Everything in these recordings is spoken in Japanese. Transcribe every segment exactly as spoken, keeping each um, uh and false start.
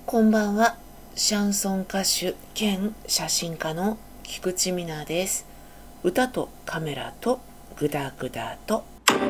こんばんは。シャンソン歌手兼写真家の菊池美奈です。歌とカメラとグダグダと。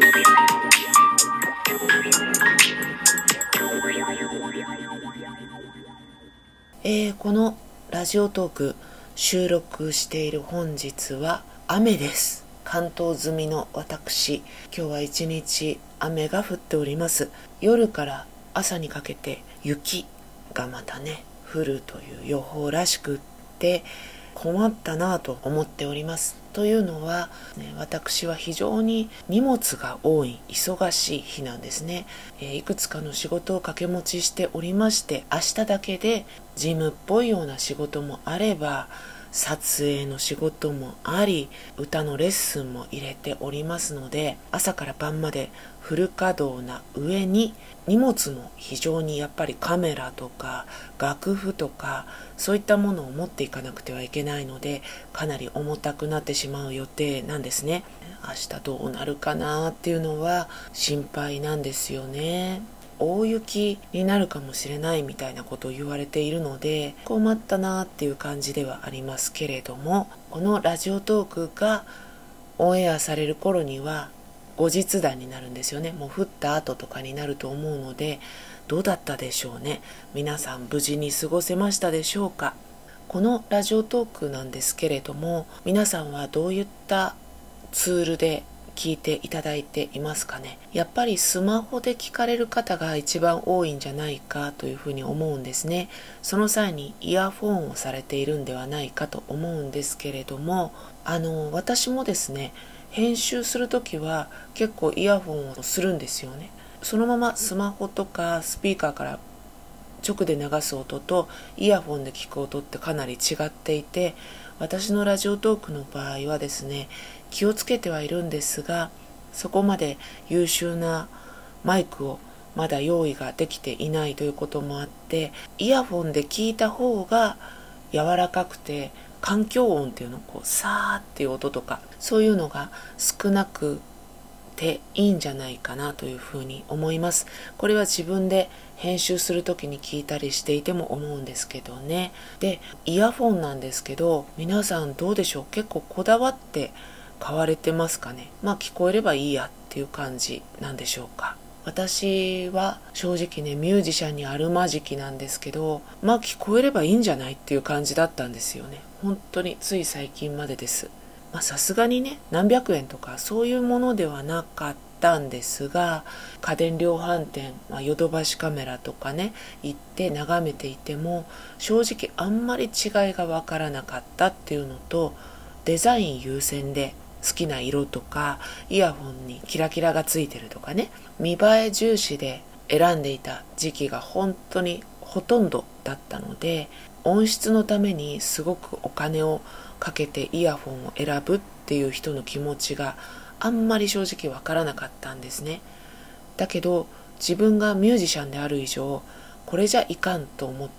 えー、このラジオトーク収録している本日は雨です。関東済みの私、今日は一日雨が降っております。夜から朝にかけて雪がまたね降るという予報らしくって困ったなぁと思っております。というのは、ね、私は非常に荷物が多い忙しい日なんですね、えー、いくつかの仕事を掛け持ちしておりまして、明日だけで事務っぽいような仕事もあれば撮影の仕事もあり、歌のレッスンも入れておりますので、朝から晩までフル稼働な上に荷物も非常にやっぱりカメラとか楽譜とかそういったものを持っていかなくてはいけないので、かなり重たくなってしまう予定なんですね。明日どうなるかなっていうのは心配なんですよね。大雪になるかもしれないみたいなことを言われているので困ったなっていう感じではありますけれども、このラジオトークがオンエアされる頃には後日談になるんですよね。もう降った後とかになると思うので、どうだったでしょうね。皆さん無事に過ごせましたでしょうか。このラジオトークなんですけれども、皆さんはどういったツールで聞いていただいていますかね。やっぱりスマホで聞かれる方が一番多いんじゃないかというふうに思うんですね。その際にイヤフォンをされているんではないかと思うんですけれども、あの私もですね、編集するときは結構イヤフォンをするんですよね。そのままスマホとかスピーカーから直で流す音とイヤフォンで聞く音ってかなり違っていて、私のラジオトークの場合はですね、気をつけてはいるんですが、そこまで優秀なマイクをまだ用意ができていないということもあって、イヤフォンで聞いた方が柔らかくて環境音っていうのをこうサーっていう音とかそういうのが少なくていいんじゃないかなというふうに思います。これは自分で編集するときに聞いたりしていても思うんですけどね。で、イヤフォンなんですけど、皆さんどうでしょう。結構こだわって買われてますかね。まあ聞こえればいいやっていう感じなんでしょうか。私は正直ね、ミュージシャンにあるまじきなんですけど、まあ聞こえればいいんじゃないっていう感じだったんですよね。本当につい最近までです。まあさすがにね、何百円とかそういうものではなかったんですが、家電量販店、まあ、ヨドバシカメラとかね行って眺めていても正直あんまり違いが分からなかったっていうのと、デザイン優先で好きな色とかイヤホンにキラキラがついてるとかね、見栄え重視で選んでいた時期が本当にほとんどだったので、音質のためにすごくお金をかけてイヤホンを選ぶっていう人の気持ちがあんまり正直わからなかったんですね。だけど自分がミュージシャンである以上これじゃいかんと思って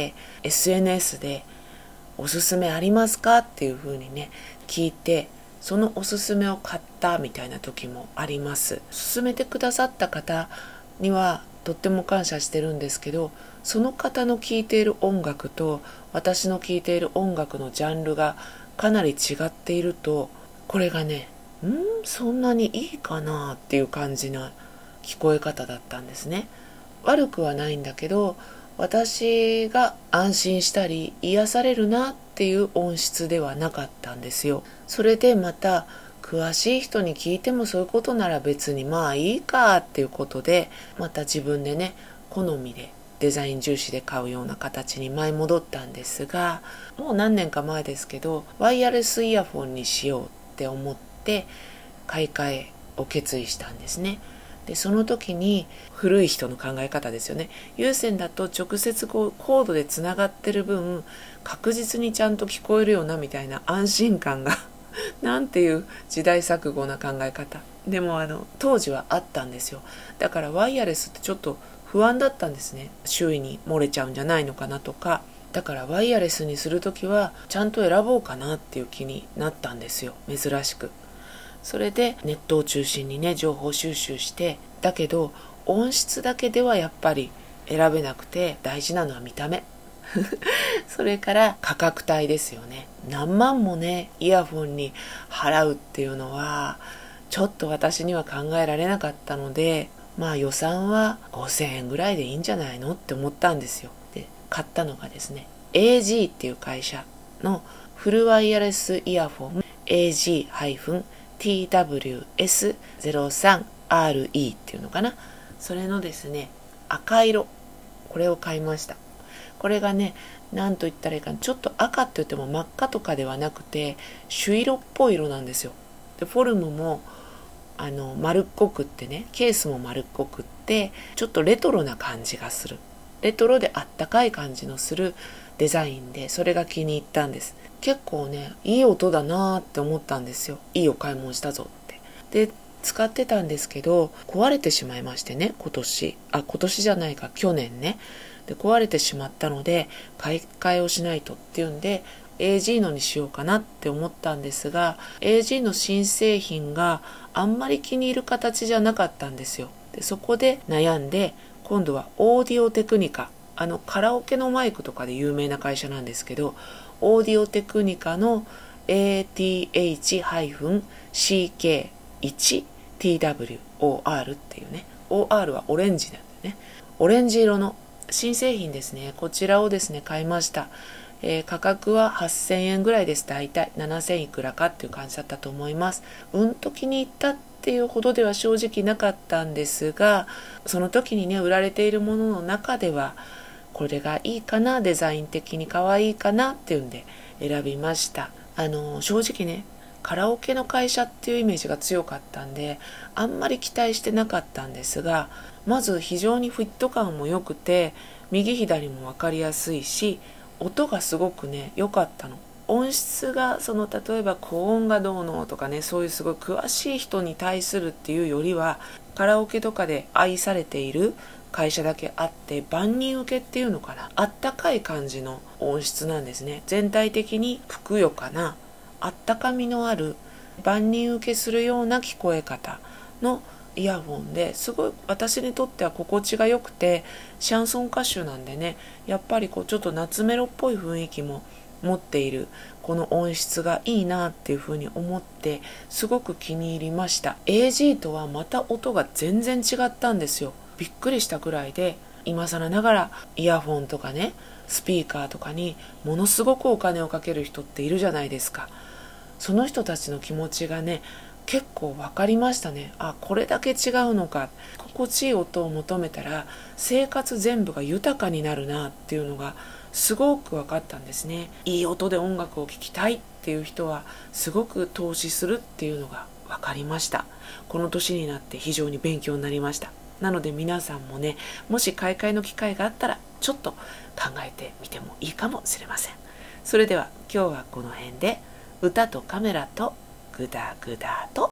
エスエヌエス でおすすめありますかっていう風にね聞いて、そのおすすめを買ったみたいな時もあります。勧めてくださった方にはとっても感謝してるんですけど、その方の聴いている音楽と私の聴いている音楽のジャンルがかなり違っていると、これがねんそんなにいいかなっていう感じな聞こえ方だったんですね。悪くはないんだけど、私が安心したり癒されるなっていう音質ではなかったんですよ。それでまた詳しい人に聞いてもそういうことなら別にまあいいかっていうことで、また自分でね好みでデザイン重視で買うような形に舞い戻ったんですが、もう何年か前ですけどワイヤレスイヤフォンにしようって思って買い替えを決意したんですね。でその時に古い人の考え方ですよね。有線だと直接こうコードでつながってる分確実にちゃんと聞こえるよなみたいな安心感がなんていう時代錯誤な考え方でもあの当時はあったんですよ。だからワイヤレスってちょっと不安だったんですね。周囲に漏れちゃうんじゃないのかなとか。だからワイヤレスにするときはちゃんと選ぼうかなっていう気になったんですよ、珍しく。それでネットを中心にね情報収集して、だけど音質だけではやっぱり選べなくて、大事なのは見た目それから価格帯ですよね。何万もねイヤホンに払うっていうのはちょっと私には考えられなかったので、まあ予算はごせんえんぐらいでいいんじゃないのって思ったんですよ。で買ったのがですね エージー っていう会社のフルワイヤレスイヤホン エージー ティーダブリューエスゼロさんアールイー っていうのかな、それのですね赤色、これを買いました。これがね、なんと言ったらいいかな、ちょっと赤って言っても真っ赤とかではなくて朱色っぽい色なんですよ。でフォルムもあの丸っこくってね、ケースも丸っこくってちょっとレトロな感じがする、レトロであったかい感じのするデザインで、それが気に入ったんです。結構ねいい音だなーって思ったんですよ。いいお買い物したぞって。で使ってたんですけど、壊れてしまいましてね、今年あ今年じゃないか去年ね。で壊れてしまったので買い替えをしないとっていうんで エージー のにしようかなって思ったんですが、 エージー の新製品があんまり気に入る形じゃなかったんですよ。でそこで悩んで、今度はオーディオテクニカ、あのカラオケのマイクとかで有名な会社なんですけど、オーディオテクニカの エーティーエイチシーケーワン ティーダブリューオーアール っていうね、 オーアール はオレンジなんでね、オレンジ色の新製品ですね。こちらをですね買いました。えー、価格ははっせんえんぐらいです。だいたいななせんいくらかっていう感じだったと思います。うんと気に入ったっていうほどでは正直なかったんですが、その時にね売られているものの中ではこれがいいかな、デザイン的に可愛いかなっていうんで選びました。あの正直ねカラオケの会社っていうイメージが強かったんであんまり期待してなかったんですが、まず非常にフィット感も良くて右左も分かりやすいし、音がすごくね良かったの。音質がその例えば高音がどうのとかね、そういうすごい詳しい人に対するっていうよりはカラオケとかで愛されている会社だけあって万人受けっていうのかな、あったかい感じの音質なんですね。全体的にふくよかなあったかみのある万人受けするような聞こえ方のイヤホンで、すごい私にとっては心地が良くて、シャンソン歌手なんでね、やっぱりこうちょっと夏メロっぽい雰囲気も持っているこの音質がいいなっていうふうに思ってすごく気に入りました。 エージー とはまた音が全然違ったんですよ。びっくりしたくらいで、今更ながらイヤホンとかねスピーカーとかにものすごくお金をかける人っているじゃないですか。その人たちの気持ちがね結構分かりましたね。あ、これだけ違うのか。心地いい音を求めたら生活全部が豊かになるなっていうのがすごく分かったんですね。いい音で音楽を聴きたいっていう人はすごく投資するっていうのが分かりました。この年になって非常に勉強になりました。なので皆さんもね、もし買い替えの機会があったらちょっと考えてみてもいいかもしれません。それでは今日はこの辺で、歌とカメラとグダグダと